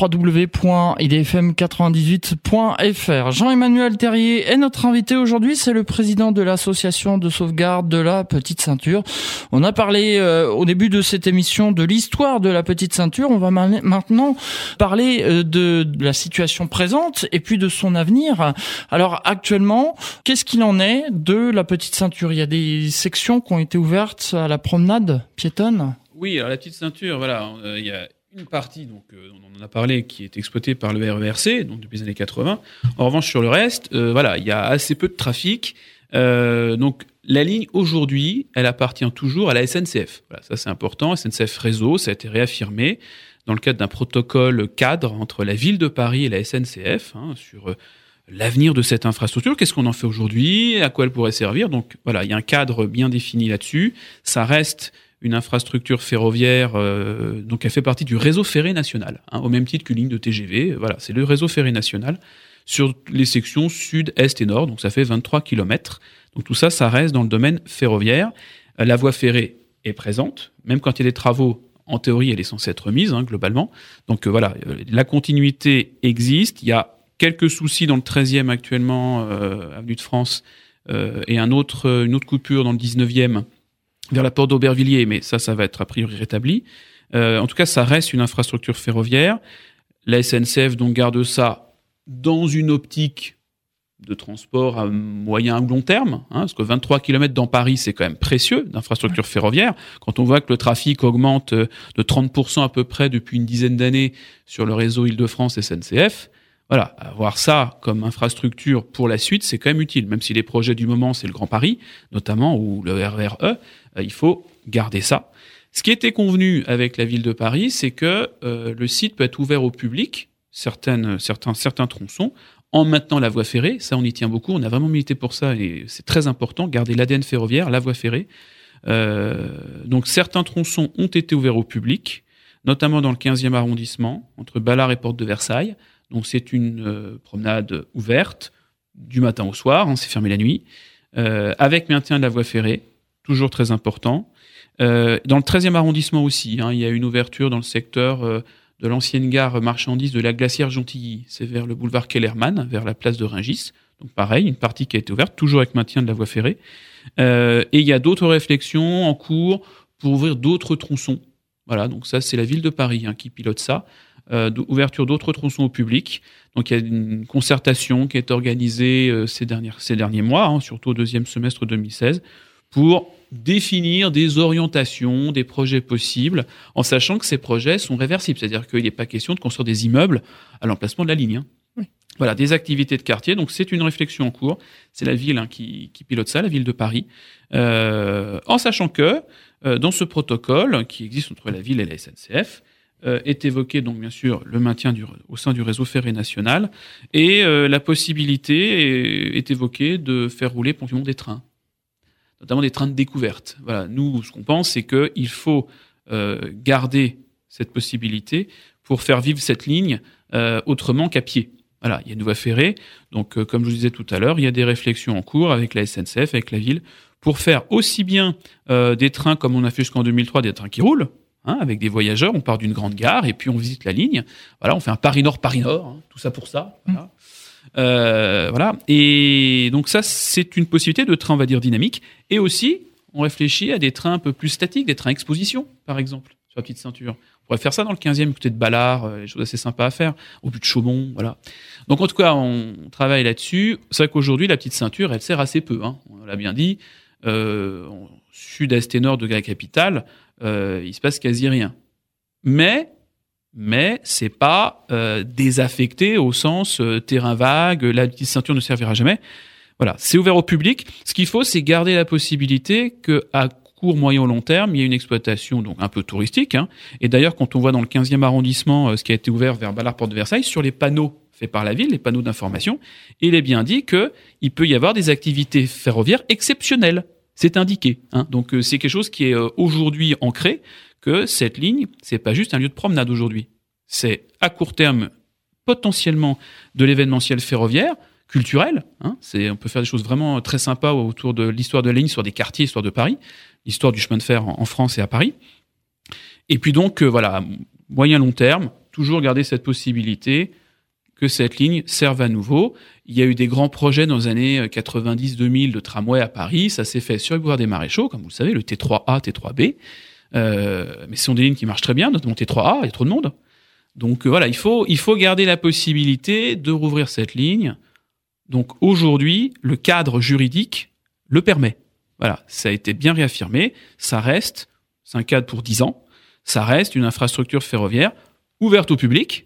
www.idfm98.fr. Jean-Emmanuel Terrier est notre invité aujourd'hui, c'est le président de l'association de sauvegarde de la Petite Ceinture. On a parlé au début de cette émission de l'histoire de la Petite Ceinture, on va maintenant parler de la situation présente et puis de son avenir. Alors actuellement, qu'est-ce qu'il en est de la Petite Ceinture ? Il y a des sections qui ont été ouvertes à la promenade piétonne ? Oui, alors la Petite Ceinture, voilà, il y a une partie, donc on en a parlé, qui est exploitée par le RERC, donc depuis les années 80. En revanche, sur le reste, voilà, il y a assez peu de trafic. Donc la ligne aujourd'hui, elle appartient toujours à la SNCF. Voilà, ça c'est important. SNCF Réseau, ça a été réaffirmé dans le cadre d'un protocole cadre entre la ville de Paris et la SNCF sur l'avenir de cette infrastructure. Qu'est-ce qu'on en fait aujourd'hui ? À quoi elle pourrait servir ? Donc voilà, il y a un cadre bien défini là-dessus. Ça reste une infrastructure ferroviaire, donc elle fait partie du réseau ferré national, au même titre qu'une ligne de TGV. Voilà, c'est le réseau ferré national sur les sections sud, est et nord, donc ça fait 23 km. Donc tout ça, ça reste dans le domaine ferroviaire. La voie ferrée est présente, même quand il y a des travaux, en théorie, elle est censée être mise, globalement. Donc voilà, la continuité existe. Il y a quelques soucis dans le 13e actuellement, avenue de France, et une autre coupure dans le 19e, vers la porte d'Aubervilliers, mais ça va être a priori rétabli. En tout cas, ça reste une infrastructure ferroviaire. La SNCF donc garde ça dans une optique de transport à moyen ou long terme, parce que 23 km dans Paris, c'est quand même précieux d'infrastructure ferroviaire. Quand on voit que le trafic augmente de 30% à peu près depuis une dizaine d'années sur le réseau Île-de-France SNCF, voilà, avoir ça comme infrastructure pour la suite, c'est quand même utile. Même si les projets du moment, c'est le Grand Paris, notamment, ou le RERE, il faut garder ça. Ce qui était convenu avec la ville de Paris, c'est que le site peut être ouvert au public, certains tronçons, en maintenant la voie ferrée. Ça, on y tient beaucoup. On a vraiment milité pour ça et c'est très important, garder l'ADN ferroviaire, la voie ferrée. Donc certains tronçons ont été ouverts au public, notamment dans le 15e arrondissement, entre Ballard et Porte de Versailles. Donc c'est une promenade ouverte du matin au soir, c'est fermé la nuit, avec maintien de la voie ferrée, toujours très important. Dans le 13e arrondissement aussi, il y a une ouverture dans le secteur de l'ancienne gare marchandises de la Glacière Gentilly, c'est vers le boulevard Kellermann, vers la place de Rungis. Donc pareil, une partie qui a été ouverte, toujours avec maintien de la voie ferrée. Et il y a d'autres réflexions en cours pour ouvrir d'autres tronçons. Voilà, donc ça c'est la ville de Paris qui pilote ça. Ouverture d'autres tronçons au public. Donc il y a une concertation qui est organisée ces derniers mois, surtout au deuxième semestre 2016, pour définir des orientations, des projets possibles, en sachant que ces projets sont réversibles. C'est-à-dire qu'il n'est pas question de construire des immeubles à l'emplacement de la ligne. Oui. Voilà, des activités de quartier. Donc c'est une réflexion en cours. C'est la ville qui pilote ça, la ville de Paris, en sachant que dans ce protocole qui existe entre la ville et la SNCF, est évoqué donc bien sûr le maintien au sein du réseau ferré national et la possibilité est évoquée de faire rouler ponctuellement des trains, notamment des trains de découverte. Voilà, nous ce qu'on pense c'est qu'il faut garder cette possibilité pour faire vivre cette ligne autrement qu'à pied. Voilà, il y a une voie ferrée, donc comme je vous disais tout à l'heure, il y a des réflexions en cours avec la SNCF, avec la ville, pour faire aussi bien des trains comme on a fait jusqu'en 2003, des trains qui roulent, avec des voyageurs, on part d'une grande gare et puis on visite la ligne. Voilà, on fait un Paris-Nord, tout ça pour ça. Voilà. Voilà. Et donc ça, c'est une possibilité de train, on va dire, dynamique. Et aussi, on réfléchit à des trains un peu plus statiques, des trains exposition, par exemple, sur la petite ceinture. On pourrait faire ça dans le 15e, côté de Ballard, des choses assez sympas à faire, au but de Chaumont, voilà. Donc en tout cas, on travaille là-dessus. C'est vrai qu'aujourd'hui, la petite ceinture, elle sert assez peu, hein, on l'a bien dit. Sud-est et nord de la capitale, il se passe quasi rien. Mais c'est pas désaffecté au sens terrain vague, la petite ceinture ne servira jamais. Voilà, c'est ouvert au public. Ce qu'il faut, c'est garder la possibilité qu'à court, moyen ou long terme, il y ait une exploitation donc un peu touristique. Hein. Et d'ailleurs, quand on voit dans le 15e arrondissement ce qui a été ouvert vers Ballard Porte de Versailles, sur les panneaux faits par la ville, les panneaux d'information, il est bien dit qu'il peut y avoir des activités ferroviaires exceptionnelles. C'est indiqué. Hein. Donc c'est quelque chose qui est aujourd'hui ancré, que cette ligne, c'est pas juste un lieu de promenade aujourd'hui. C'est à court terme potentiellement de l'événementiel ferroviaire, culturel. Hein. On peut faire des choses vraiment très sympas autour de l'histoire de la ligne, sur des quartiers, l'histoire de Paris, l'histoire du chemin de fer en France et à Paris. Et puis donc, voilà, moyen long terme, toujours garder cette possibilité que cette ligne serve à nouveau. Il y a eu des grands projets dans les années 90-2000 de tramway à Paris. Ça s'est fait sur le boulevard des Maréchaux, comme vous le savez, le T3A, T3B. Mais ce sont des lignes qui marchent très bien, notamment T3A, il y a trop de monde. Donc voilà, il faut garder la possibilité de rouvrir cette ligne. Donc aujourd'hui, le cadre juridique le permet. Voilà, ça a été bien réaffirmé. Ça reste, c'est un cadre pour 10 ans, ça reste une infrastructure ferroviaire ouverte au public,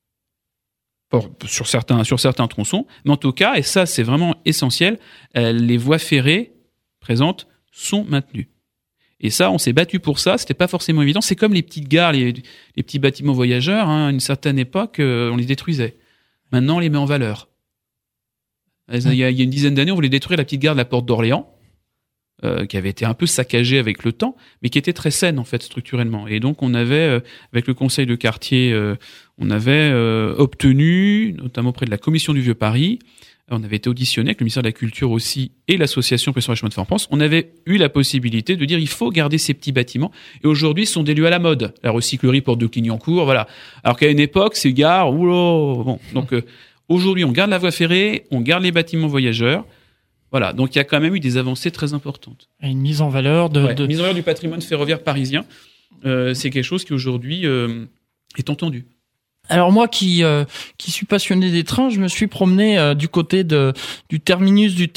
sur certains tronçons, mais en tout cas, et ça c'est vraiment essentiel, les voies ferrées présentes sont maintenues. Et ça, on s'est battu pour ça, c'était pas forcément évident. C'est comme les petites gares, les petits bâtiments voyageurs, hein, à une certaine époque, on les détruisait. Maintenant, on les met en valeur. Il y a une dizaine d'années, on voulait détruire la petite gare de la Porte d'Orléans, qui avait été un peu saccagée avec le temps, mais qui était très saine en fait structurellement. Et donc on avait, avec le conseil de quartier, on avait obtenu, notamment auprès de la commission du Vieux Paris, on avait été auditionné avec le ministère de la Culture aussi et l'association Pression Chemin de fer en France. On avait eu la possibilité de dire il faut garder ces petits bâtiments. Et aujourd'hui, ce sont des lieux à la mode. La recyclerie Porte de Clignancourt, voilà. Alors qu'à une époque, ces gares, bon. Donc aujourd'hui, on garde la voie ferrée, on garde les bâtiments voyageurs. Voilà, donc il y a quand même eu des avancées très importantes. Et une mise en valeur mise en valeur du patrimoine ferroviaire parisien, c'est quelque chose qui aujourd'hui est entendu. Alors moi qui suis passionné des trains, je me suis promené du côté du terminus du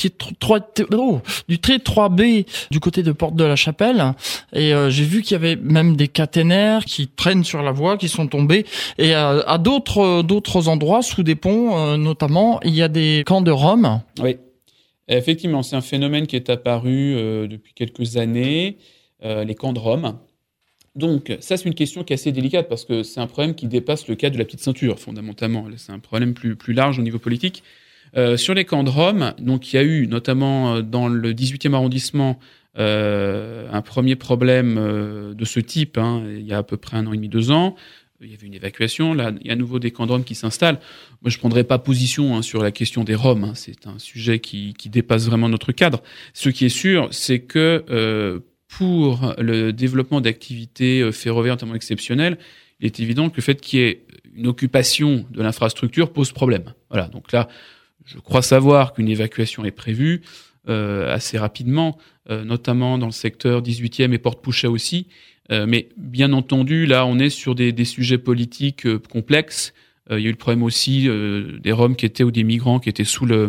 T3B du côté de Porte de la Chapelle et j'ai vu qu'il y avait même des caténaires qui traînent sur la voie, qui sont tombés et à d'autres endroits sous des ponts notamment, il y a des camps de Rome. Oui. Effectivement, c'est un phénomène qui est apparu depuis quelques années, les camps de Rome. Donc, ça, c'est une question qui est assez délicate parce que c'est un problème qui dépasse le cadre de la petite ceinture, fondamentalement. C'est un problème plus large au niveau politique. Sur les camps de Rome, donc, il y a eu, notamment dans le 18e arrondissement, un premier problème de ce type, hein, il y a à peu près 1 an et demi, 2 ans. Il y avait une évacuation. Là, il y a à nouveau des camps de Roms qui s'installent. Moi, je prendrai pas position sur la question des Roms. Hein. C'est un sujet qui dépasse vraiment notre cadre. Ce qui est sûr, c'est que pour le développement d'activités ferroviaires notamment exceptionnelles, il est évident que le fait qu'il y ait une occupation de l'infrastructure pose problème. Voilà. Donc là, je crois savoir qu'une évacuation est prévue assez rapidement, notamment dans le secteur 18e et Porte Pouchet aussi. Mais bien entendu, là, on est sur des sujets politiques complexes. Il y a eu le problème aussi des Roms qui étaient ou des migrants qui étaient sous le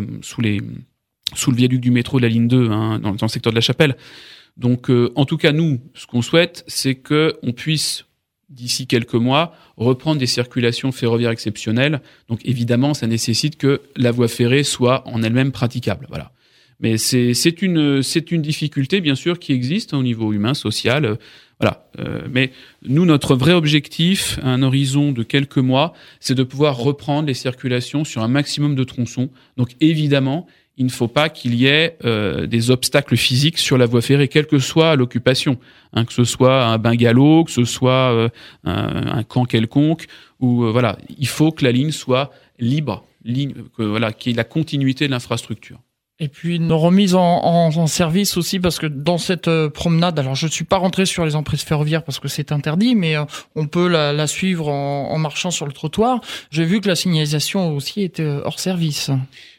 viaduc du métro de la ligne 2, hein, dans le secteur de la Chapelle. Donc, en tout cas, nous, ce qu'on souhaite, c'est que on puisse, d'ici quelques mois, reprendre des circulations ferroviaires exceptionnelles. Donc, évidemment, ça nécessite que la voie ferrée soit en elle-même praticable. Voilà. Mais c'est une difficulté, bien sûr, qui existe au niveau humain, social. Voilà. Mais nous, notre vrai objectif, à un horizon de quelques mois, c'est de pouvoir reprendre les circulations sur un maximum de tronçons. Donc, évidemment, il ne faut pas qu'il y ait des obstacles physiques sur la voie ferrée, quelle que soit l'occupation, hein, que ce soit un bungalow, que ce soit un camp quelconque, ou voilà, il faut que la ligne soit libre, qu'il y ait la continuité de l'infrastructure. Et puis une remise en service aussi, parce que dans cette promenade, alors je suis pas rentré sur les emprises ferroviaires parce que c'est interdit, mais on peut la suivre en marchant sur le trottoir. J'ai vu que la signalisation aussi était hors service.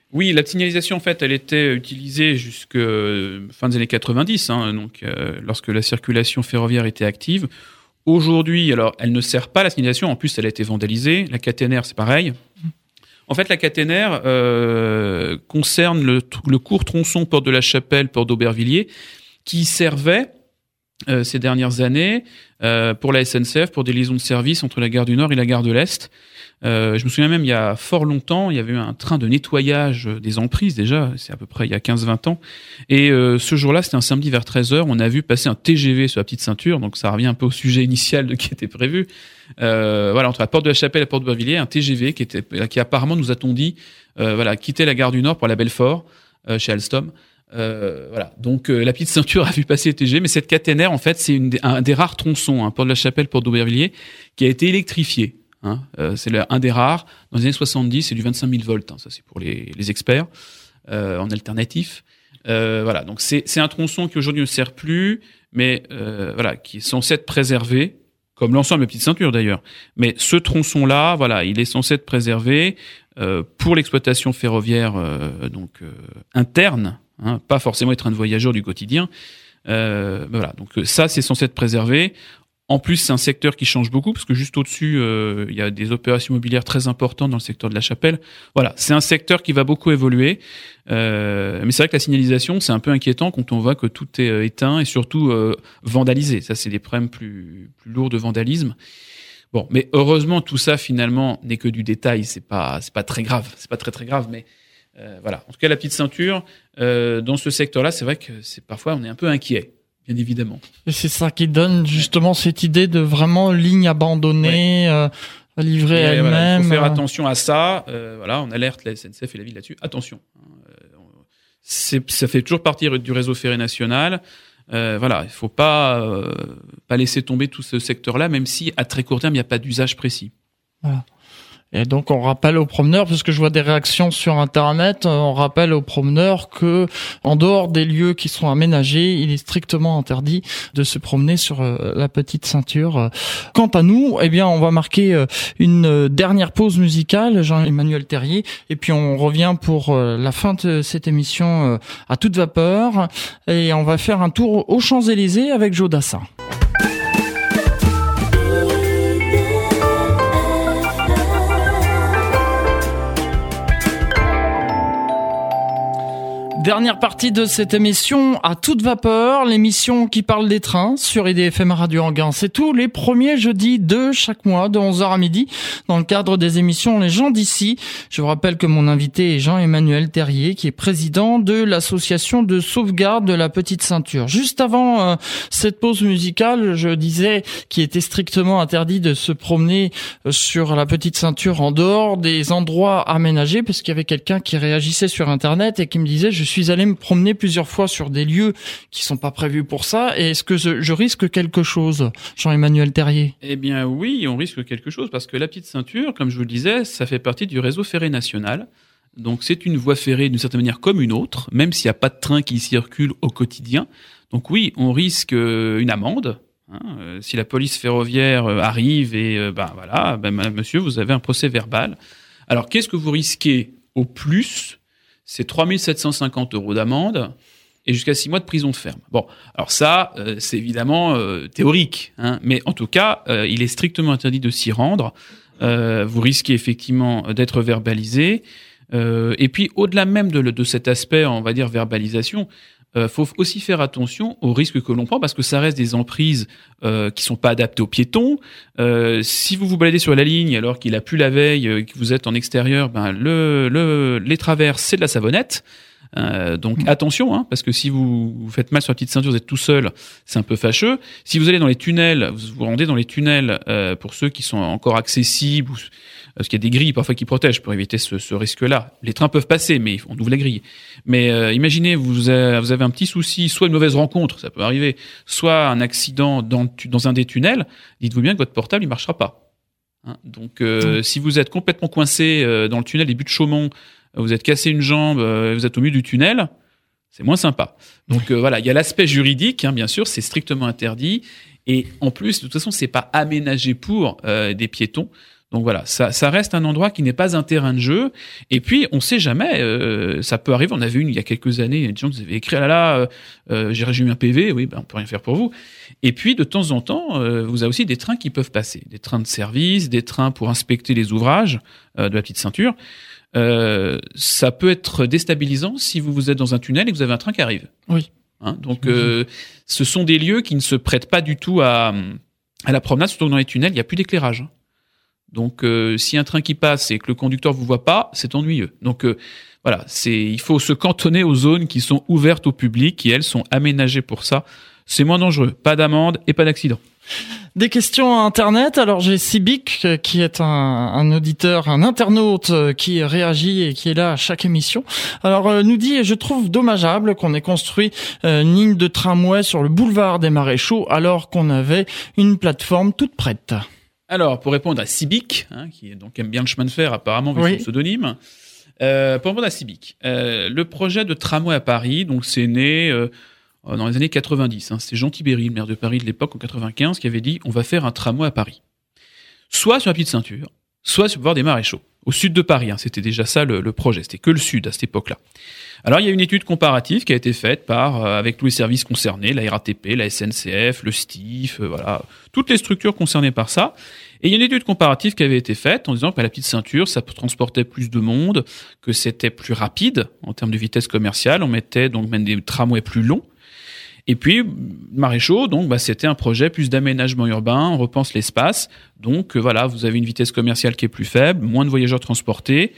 Oui, la signalisation, en fait, elle était utilisée jusque fin des années 90, donc lorsque la circulation ferroviaire était active. Aujourd'hui, alors, elle ne sert pas la signalisation. En plus, elle a été vandalisée. La caténaire, c'est pareil. En fait, la caténaire concerne le court tronçon Porte de la Chapelle, Porte d'Aubervilliers, qui servait ces dernières années pour la SNCF, pour des liaisons de service entre la gare du Nord et la gare de l'Est. Je me souviens même, il y a fort longtemps, il y avait eu un train de nettoyage des emprises déjà, c'est à peu près il y a 15-20 ans. Et ce jour-là, c'était un samedi vers 13h, on a vu passer un TGV sur la petite ceinture, donc ça revient un peu au sujet initial qui était prévu. Entre la Porte de la Chapelle et la Porte d'Aubervilliers, un TGV qui apparemment, nous a-t-on dit, quittait la gare du Nord pour la Belfort, chez Alstom. Donc la petite ceinture a vu passer le TGV, mais cette caténaire, en fait, c'est un des rares tronçons, Porte de la Chapelle, Porte d'Aubervilliers, qui a été électrifié. C'est un des rares. Dans les années 70, c'est du 25 000 volts. Ça, c'est pour les experts en alternatif. Donc c'est un tronçon qui aujourd'hui ne sert plus, mais qui est censé être préservé, comme l'ensemble de la petite ceinture d'ailleurs. Mais ce tronçon-là, il est censé être préservé pour l'exploitation ferroviaire interne, pas forcément les trains de voyageurs du quotidien. Donc ça, c'est censé être préservé. En plus, c'est un secteur qui change beaucoup parce que juste au-dessus, il y a des opérations immobilières très importantes dans le secteur de la Chapelle. C'est un secteur qui va beaucoup évoluer. Mais c'est vrai que la signalisation, c'est un peu inquiétant quand on voit que tout est éteint et surtout vandalisé. Ça, c'est des problèmes plus lourds de vandalisme. Bon, mais heureusement, tout ça finalement n'est que du détail. C'est pas très grave. C'est pas très grave, mais En tout cas, la petite ceinture dans ce secteur-là, c'est vrai que parfois on est un peu inquiet. Bien évidemment. Et c'est ça qui donne justement cette idée de vraiment ligne abandonnée, livrée à elle-même. Il faut faire attention à ça. On alerte la SNCF et la ville là-dessus. Attention. Ça fait toujours partie du réseau ferré national. Il faut pas laisser tomber tout ce secteur-là, même si à très court terme, il n'y a pas d'usage précis. Voilà. Et donc on rappelle aux promeneurs, parce que je vois des réactions sur Internet, on rappelle aux promeneurs que en dehors des lieux qui sont aménagés, il est strictement interdit de se promener sur la petite ceinture. Quant à nous, on va marquer une dernière pause musicale, Jean-Emmanuel Terrier, et puis on revient pour la fin de cette émission à toute vapeur, et on va faire un tour aux Champs-Élysées avec Joe Dassin. Dernière partie de cette émission à toute vapeur, l'émission qui parle des trains sur IDFM Radio Anguin. C'est tous les premiers jeudis de chaque mois, de 11h à midi, dans le cadre des émissions Les gens d'ici. Je vous rappelle que mon invité est Jean-Emmanuel Terrier, qui est président de l'association de sauvegarde de la petite ceinture. Juste avant cette pause musicale, je disais qu'il était strictement interdit de se promener sur la petite ceinture en dehors des endroits aménagés, parce qu'il y avait quelqu'un qui réagissait sur Internet et qui me disait: je suis allé me promener plusieurs fois sur des lieux qui sont pas prévus pour ça, et est-ce que je risque quelque chose, Jean-Emmanuel Terrier? Eh bien oui, on risque quelque chose, parce que la petite ceinture, comme je vous le disais, ça fait partie du réseau ferré national. Donc c'est une voie ferrée d'une certaine manière comme une autre, même s'il n'y a pas de train qui circule au quotidien. Donc oui, on risque une amende. Si la police ferroviaire arrive et monsieur, vous avez un procès verbal. Alors qu'est-ce que vous risquez au plus? C'est 3 750 € d'amende et jusqu'à 6 mois de prison ferme. Bon, alors ça, c'est évidemment théorique, mais en tout cas, il est strictement interdit de s'y rendre. Vous risquez effectivement d'être verbalisé. Et puis, au-delà même de cet aspect, on va dire, verbalisation, faut aussi faire attention aux risques que l'on prend, parce que ça reste des emprises qui sont pas adaptées aux piétons. Si vous vous baladez sur la ligne alors qu'il a plu la veille, que vous êtes en extérieur, les traverses, c'est de la savonnette. Donc attention, parce que si vous faites mal sur la petite ceinture, vous êtes tout seul, c'est un peu fâcheux. Si vous allez dans les tunnels, vous vous rendez dans les tunnels pour ceux qui sont encore accessibles, parce qu'il y a des grilles parfois qui protègent pour éviter ce risque-là. Les trains peuvent passer, mais on ouvre la grille. Mais imaginez, vous avez un petit souci, soit une mauvaise rencontre, ça peut arriver, soit un accident dans un des tunnels, dites-vous bien que votre portable il marchera pas. Donc si vous êtes complètement coincé dans le tunnel des buts de Chaumont, vous êtes cassé une jambe, vous êtes au milieu du tunnel, c'est moins sympa. Donc il y a l'aspect juridique, bien sûr, c'est strictement interdit. Et en plus, de toute façon, c'est pas aménagé pour des piétons. Donc voilà, ça reste un endroit qui n'est pas un terrain de jeu. Et puis, on sait jamais, ça peut arriver. On a vu il y a quelques années, des gens qui avaient écrit, j'ai eu un PV, oui, on peut rien faire pour vous. Et puis, de temps en temps, vous avez aussi des trains qui peuvent passer, des trains de service, des trains pour inspecter les ouvrages de la petite ceinture. Ça peut être déstabilisant si vous êtes dans un tunnel et que vous avez un train qui arrive. Oui. Donc, ce sont des lieux qui ne se prêtent pas du tout à la promenade, surtout que dans les tunnels, il n'y a plus d'éclairage. Donc, si un train qui passe et que le conducteur vous voit pas, c'est ennuyeux. Donc, voilà, il faut se cantonner aux zones qui sont ouvertes au public, qui elles sont aménagées pour ça. C'est moins dangereux, pas d'amende et pas d'accident. Des questions à Internet. Alors j'ai Sibic qui est un auditeur, un internaute qui réagit et qui est là à chaque émission. Alors nous dit, je trouve dommageable qu'on ait construit une ligne de tramway sur le boulevard des Maréchaux alors qu'on avait une plateforme toute prête. Alors, pour répondre à Sibic, qui aime bien le chemin de fer apparemment vu son pseudonyme, pour répondre à Sibic, le projet de tramway à Paris, donc c'est né dans les années 90. C'est Jean Tibéry, le maire de Paris de l'époque, en 95, qui avait dit on va faire un tramway à Paris, soit sur la petite ceinture, soit sur le boulevard des Maréchaux, au sud de Paris. C'était déjà ça le projet. C'était que le sud à cette époque-là. Alors, il y a une étude comparative qui a été faite avec tous les services concernés, la RATP, la SNCF, le STIF, voilà, toutes les structures concernées par ça. Et il y a une étude comparative qui avait été faite en disant que la petite ceinture, ça transportait plus de monde, que c'était plus rapide en termes de vitesse commerciale. On mettait donc même des tramways plus longs. Et puis, Maréchaux, donc, c'était un projet plus d'aménagement urbain, on repense l'espace. Donc, voilà, vous avez une vitesse commerciale qui est plus faible, moins de voyageurs transportés,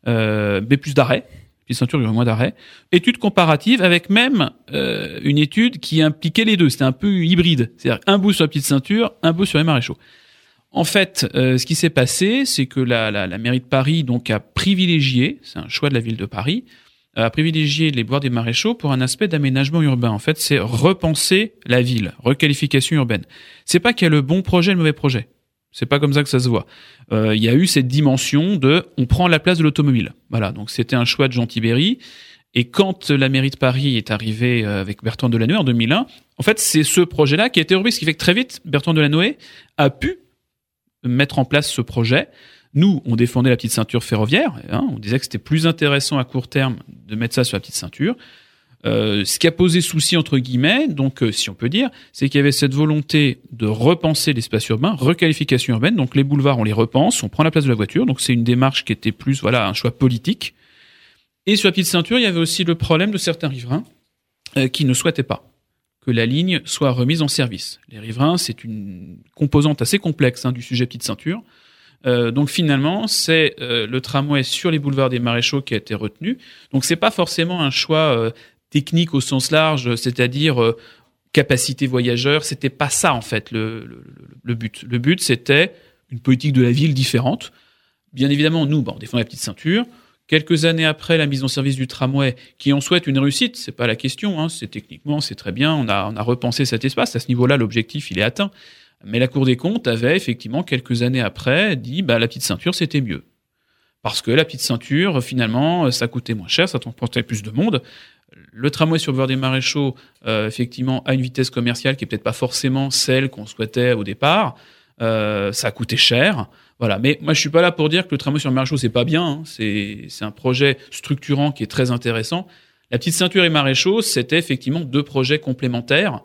mais plus d'arrêts. Petite ceinture, il y aurait moins d'arrêts. Étude comparative avec même une étude qui impliquait les deux. C'était un peu hybride. C'est-à-dire un bout sur la petite ceinture, un bout sur les Maréchaux. En fait, ce qui s'est passé, c'est que la mairie de Paris donc a privilégié, c'est un choix de la ville de Paris, a privilégié les boulevards des Maréchaux pour un aspect d'aménagement urbain. En fait, c'est repenser la ville, requalification urbaine. C'est pas qu'il y a le bon projet et le mauvais projet. C'est pas comme ça que ça se voit. Il y a eu cette dimension on prend la place de l'automobile. Voilà, donc c'était un choix de Jean Tibéry. Et quand la mairie de Paris est arrivée avec Bertrand Delanoë en 2001, en fait, c'est ce projet-là qui a été repris, ce qui fait que très vite, Bertrand Delanoë a pu mettre en place ce projet. Nous, on défendait la petite ceinture ferroviaire. On disait que c'était plus intéressant à court terme de mettre ça sur la petite ceinture. Ce qui a posé souci, entre guillemets, donc si on peut dire, c'est qu'il y avait cette volonté de repenser l'espace urbain, requalification urbaine. Donc les boulevards, on les repense, on prend la place de la voiture. Donc c'est une démarche qui était plus, voilà, un choix politique. Et sur la petite ceinture, il y avait aussi le problème de certains riverains qui ne souhaitaient pas que la ligne soit remise en service. Les riverains, c'est une composante assez complexe du sujet petite ceinture. Donc finalement, c'est le tramway sur les boulevards des Maréchaux qui a été retenu. Donc c'est pas forcément un choix technique au sens large, c'est-à-dire capacité voyageur. C'était pas ça en fait le but. Le but, c'était une politique de la ville différente. Bien évidemment, nous, on défend la petite ceinture. Quelques années après la mise en service du tramway, qui en souhaite une réussite, c'est pas la question. C'est techniquement, c'est très bien. On a repensé cet espace. À ce niveau-là, l'objectif, il est atteint. Mais la Cour des comptes avait effectivement quelques années après dit la petite ceinture c'était mieux parce que la petite ceinture finalement ça coûtait moins cher, ça transportait plus de monde. Le tramway sur le boulevard des Maréchaux effectivement a une vitesse commerciale qui est peut-être pas forcément celle qu'on souhaitait au départ. Ça a coûté cher. Voilà, mais moi je suis pas là pour dire que le tramway sur le Maréchaux c'est pas bien. C'est un projet structurant qui est très intéressant. La petite ceinture et Maréchaux c'était effectivement deux projets complémentaires.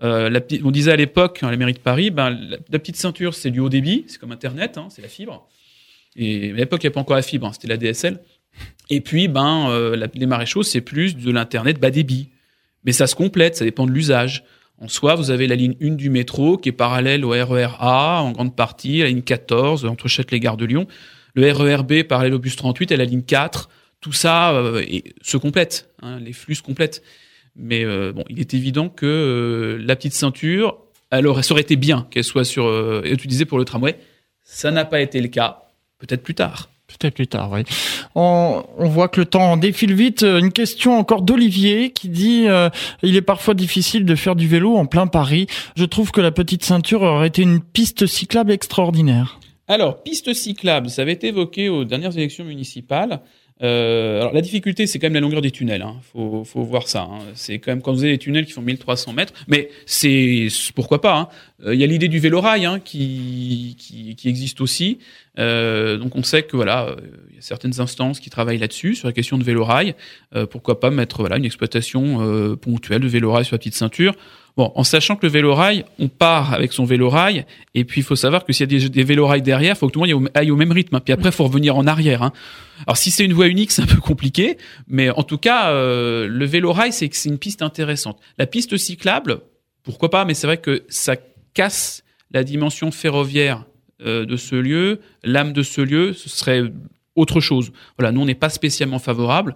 On disait à l'époque, à la mairie de Paris, la petite ceinture, c'est du haut débit, c'est comme Internet, c'est la fibre. Et à l'époque, il n'y avait pas encore la fibre, c'était la DSL. Et puis, les Maréchaux, c'est plus de l'Internet bas débit. Mais ça se complète, ça dépend de l'usage. En soi, vous avez la ligne 1 du métro qui est parallèle au RER A, en grande partie, la ligne 14, entre Châtelet-Gare de Lyon. Le RER B, parallèle au bus 38, et la ligne 4. Tout ça se complète, les flux se complètent. Mais il est évident que la petite ceinture, ça aurait été bien qu'elle soit utilisée pour le tramway. Ça n'a pas été le cas. Peut-être plus tard. Peut-être plus tard, oui. On voit que le temps défile vite. Une question encore d'Olivier qui dit il est parfois difficile de faire du vélo en plein Paris. Je trouve que la petite ceinture aurait été une piste cyclable extraordinaire. Alors, piste cyclable, ça avait été évoqué aux dernières élections municipales. Alors la difficulté, c'est quand même la longueur des tunnels. Faut voir ça. C'est quand même quand vous avez des tunnels qui font 1300 mètres, mais c'est pourquoi pas. Il y a l'idée du vélorail qui existe aussi. Donc on sait que voilà, il y a certaines instances qui travaillent là-dessus sur la question de vélorail. Pourquoi pas mettre une exploitation ponctuelle de vélorail sur la petite ceinture. Bon, en sachant que le vélorail, on part avec son vélorail, et puis il faut savoir que s'il y a des vélorails derrière, il faut que tout le monde aille au même rythme. Puis après, il faut revenir en arrière. Alors si c'est une voie unique, c'est un peu compliqué, mais en tout cas, le vélorail, c'est une piste intéressante. La piste cyclable, pourquoi pas, mais c'est vrai que ça casse la dimension ferroviaire de ce lieu, l'âme de ce lieu, ce serait autre chose. Voilà, nous on n'est pas spécialement favorable,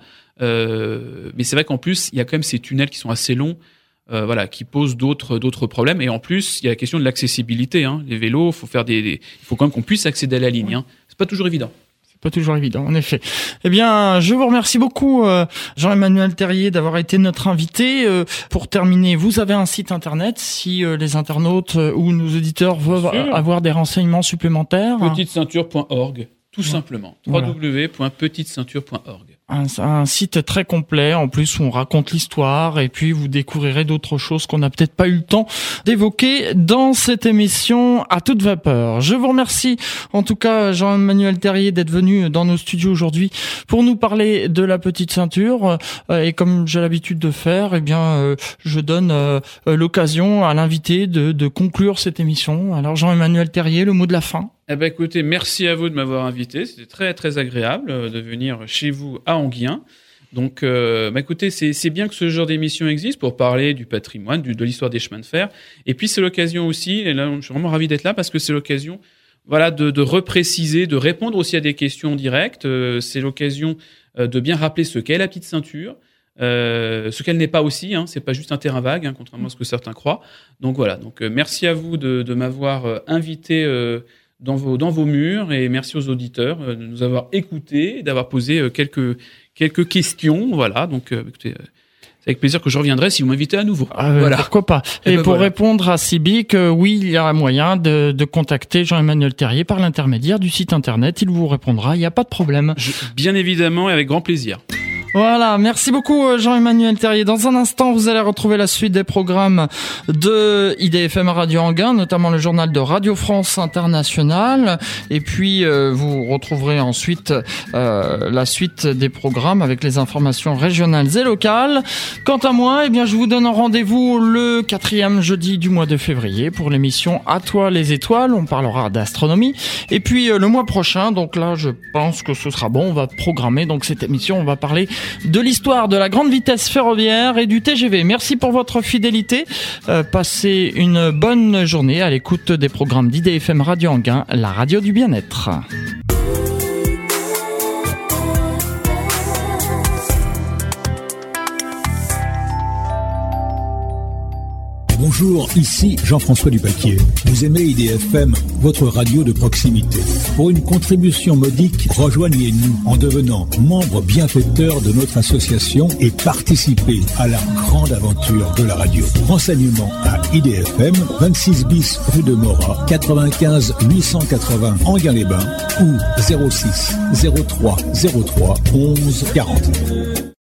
mais c'est vrai qu'en plus, il y a quand même ces tunnels qui sont assez longs. Qui posent d'autres problèmes, et en plus il y a la question de l'accessibilité. Les vélos, il faut quand même qu'on puisse accéder à la ligne. C'est pas toujours évident. Pas toujours évident, en effet. Eh bien, je vous remercie beaucoup, Jean-Emmanuel Terrier, d'avoir été notre invité. Pour terminer, vous avez un site internet, si les internautes ou nos auditeurs veulent avoir des renseignements supplémentaires. Petiteceinture.org, tout simplement. www.petiteceinture.org. Un site très complet, en plus où on raconte l'histoire, et puis vous découvrirez d'autres choses qu'on n'a peut-être pas eu le temps d'évoquer dans cette émission à toute vapeur. Je vous remercie en tout cas, Jean-Emmanuel Terrier, d'être venu dans nos studios aujourd'hui pour nous parler de la petite ceinture, et comme j'ai l'habitude de faire, je donne l'occasion à l'invité de conclure cette émission. Alors Jean-Emmanuel Terrier, le mot de la fin. Écoutez, merci à vous de m'avoir invité. C'était très très agréable de venir chez vous à Enghien. Donc, écoutez, c'est bien que ce genre d'émission existe pour parler du patrimoine, de l'histoire des chemins de fer. Et puis c'est l'occasion aussi, et là je suis vraiment ravi d'être là parce que c'est l'occasion, de repréciser, de répondre aussi à des questions directes. C'est l'occasion de bien rappeler ce qu'est la petite ceinture. Ce qu'elle n'est pas aussi, c'est pas juste un terrain vague, contrairement à ce que certains croient. Donc voilà. Donc merci à vous de m'avoir invité dans vos murs, et merci aux auditeurs de nous avoir écoutés et d'avoir posé quelques questions. Voilà, donc écoutez, c'est avec plaisir que je reviendrai si vous m'invitez à nouveau. Voilà. Pourquoi pas. Et pour répondre à Sibic, oui, il y a moyen de contacter Jean-Emmanuel Terrier par l'intermédiaire du site internet. Il vous répondra, il n'y a pas de problème. Bien évidemment, et avec grand plaisir. Voilà, merci beaucoup Jean-Emmanuel Terrier. Dans un instant, vous allez retrouver la suite des programmes de IDFM Radio Enghien, notamment le journal de Radio France Internationale. Et puis, vous retrouverez ensuite la suite des programmes avec les informations régionales et locales. Quant à moi, je vous donne un rendez-vous le 4e jeudi du mois de février pour l'émission À toi les étoiles. On parlera d'astronomie. Et puis, le mois prochain, donc là, je pense que ce sera bon. On va programmer donc cette émission. On va parler de l'histoire de la grande vitesse ferroviaire et du TGV. Merci pour votre fidélité. Passez une bonne journée à l'écoute des programmes d'IDFM Radio Enghien, la radio du bien-être. Bonjour, ici Jean-François Dupaquier. Vous aimez IDFM, votre radio de proximité. Pour une contribution modique, rejoignez-nous en devenant membre bienfaiteur de notre association et participez à la grande aventure de la radio. Renseignements à IDFM, 26 bis rue de Morat, 95 880 Enghien-les-Bains ou 06 03 03 11 40.